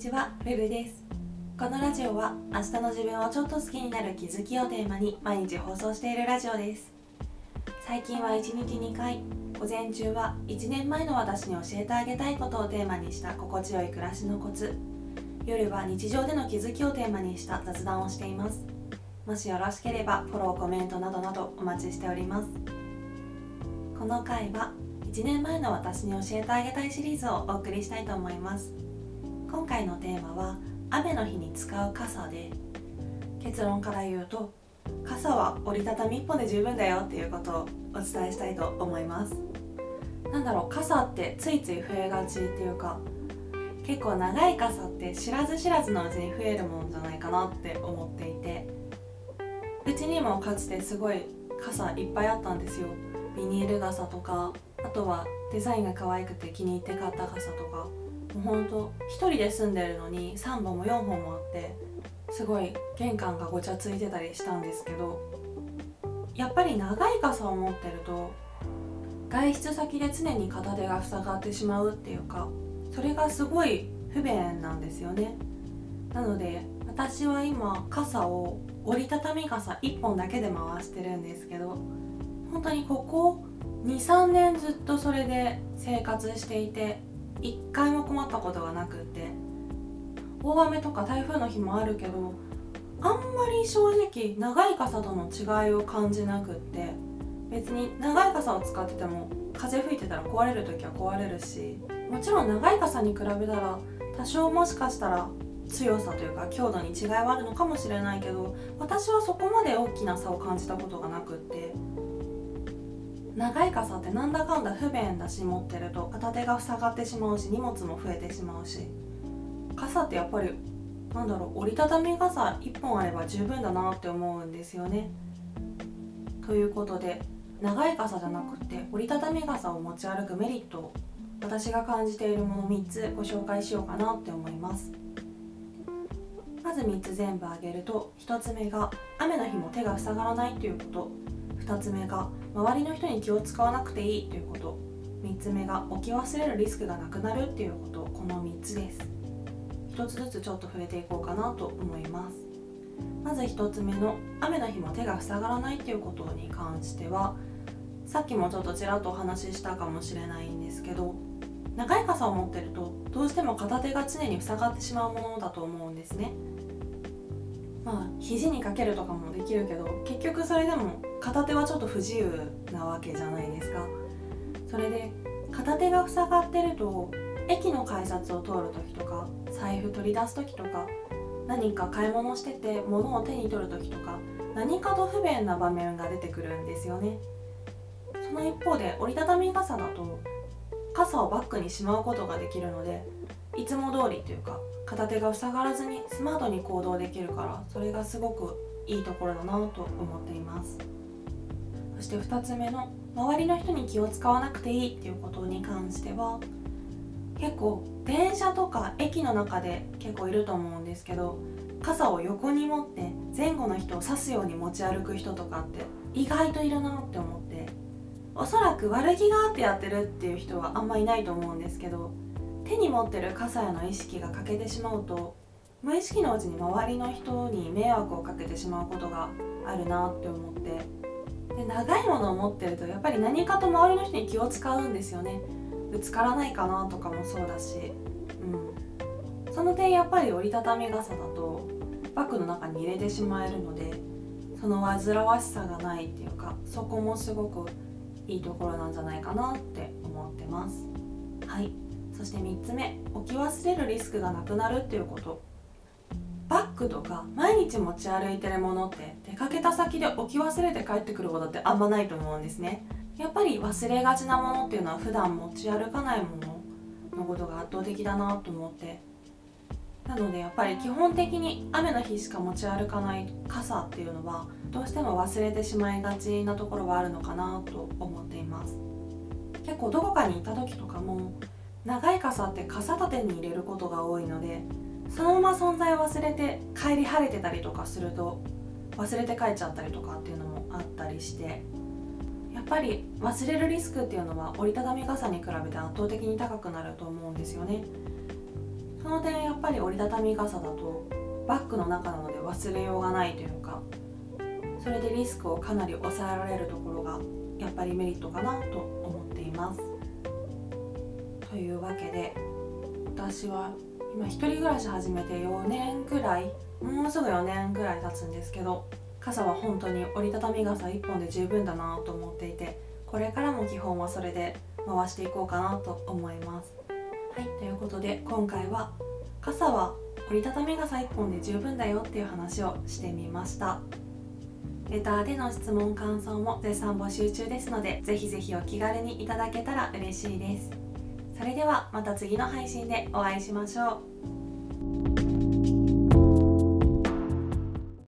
ちは、ベブです。このラジオは明日の自分をちょっと好きになる気づきをテーマに毎日放送しているラジオです。最近は1日2回、午前中は1年前の私に教えてあげたいことをテーマにした心地よい暮らしのコツ、夜は日常での気づきをテーマにした雑談をしています。もしよろしければフォロー、コメントなどなどお待ちしております。この回は1年前の私に教えてあげたいシリーズをお送りしたいと思います。今回のテーマは雨の日に使う傘で、結論から言うと傘は折りたたみ1本で十分だよっていうことをお伝えしたいと思います。傘ってついつい増えがちっていうか、結構長い傘って知らず知らずのうちに増えるもんじゃないかなって思っていて、うちにもかつてすごい傘いっぱいあったんですよ。ビニール傘とか、あとはデザインが可愛くて気に入って買った傘とか、もうほんと一人で住んでるのに3本も4本もあって、すごい玄関がごちゃついてたりしたんですけど、やっぱり長い傘を持ってると外出先で常に片手が塞がってしまうっていうか、それがすごい不便なんですよね。なので私は今傘を折りたたみ傘1本だけで回してるんですけど、本当にここ 2,3 年ずっとそれで生活していて、1回も困ったことがなくって、大雨とか台風の日もあるけど、あんまり正直長い傘との違いを感じなくって、別に長い傘を使ってても風吹いてたら壊れる時は壊れるし、もちろん長い傘に比べたら多少もしかしたら強さというか強度に違いはあるのかもしれないけど、私はそこまで大きな差を感じたことがなくって、長い傘ってなんだかんだ不便だし、持ってると片手が塞がってしまうし、荷物も増えてしまうし、傘ってやっぱり折りたたみ傘1本あれば十分だなって思うんですよね。ということで、長い傘じゃなくて折りたたみ傘を持ち歩くメリットを、私が感じているもの3つご紹介しようかなって思います。まず3つ全部挙げると、1つ目が雨の日も手が塞がらないということ、2つ目が周りの人に気を使わなくていいということ、3つ目が置き忘れるリスクがなくなるっていうこと、この3つです。1つずつちょっと触れていこうかなと思います。まず1つ目の雨の日も手が塞がらないっていうことに関しては、さっきもちょっとちらっとお話ししたかもしれないんですけど、長い傘を持ってるとどうしても片手が常に塞がってしまうものだと思うんですね。肘にかけるとかもできるけど、結局それでも片手はちょっと不自由なわけじゃないですか。それで片手が塞がってると、駅の改札を通るときとか、財布取り出すときとか、何か買い物してて物を手に取るときとか、何かと不便な場面が出てくるんですよね。その一方で折りたたみ傘だと傘をバッグにしまうことができるので、いつも通りというか片手が塞がらずにスマートに行動できるから、それがすごくいいところだなと思っています。そして2つ目の周りの人に気を使わなくていいっていうことに関しては、結構電車とか駅の中で結構いると思うんですけど、傘を横に持って前後の人を指すように持ち歩く人とかって意外といるなって思って、おそらく悪気があってやってるっていう人はあんまいないと思うんですけど、手に持ってる傘への意識が欠けてしまうと、無意識のうちに周りの人に迷惑をかけてしまうことがあるなって思って、で長いものを持ってるとやっぱり何かと周りの人に気を使うんですよね。ぶつからないかなとかもそうだし、その点やっぱり折りたたみ傘だとバッグの中に入れてしまえるので、その煩わしさがないっていうか、そこもすごくいいところなんじゃないかなって思ってます。はい。そして3つ目、置き忘れるリスクがなくなるっていうこと。バッグとか毎日持ち歩いてるものって出かけた先で置き忘れて帰ってくることってあんまないと思うんですね。やっぱり忘れがちなものっていうのは普段持ち歩かないもののことが圧倒的だなと思って、なのでやっぱり基本的に雨の日しか持ち歩かない傘っていうのはどうしても忘れてしまいがちなところはあるのかなと思っています。結構どこかに行った時とかも長い傘って傘立てに入れることが多いので、そのまま存在を忘れて帰り晴れてたりとかすると忘れて帰っちゃったりとかっていうのもあったりして、やっぱり忘れるリスクっていうのは折りたたみ傘に比べて圧倒的に高くなると思うんですよね。 その点やっぱり折りたたみ傘だとバッグの中なので忘れようがないというか、それでリスクをかなり抑えられるところがやっぱりメリットかなと思っています。というわけで、私は今一人暮らし始めて4年くらい、もうすぐ4年くらい経つんですけど、傘は本当に折りたたみ傘1本で十分だなと思っていて、これからも基本はそれで回していこうかなと思います。はい、ということで今回は傘は折りたたみ傘1本で十分だよっていう話をしてみました。レターでの質問感想も絶賛募集中ですので、ぜひぜひお気軽にいただけたら嬉しいです。それではまた次の配信でお会いしましょう。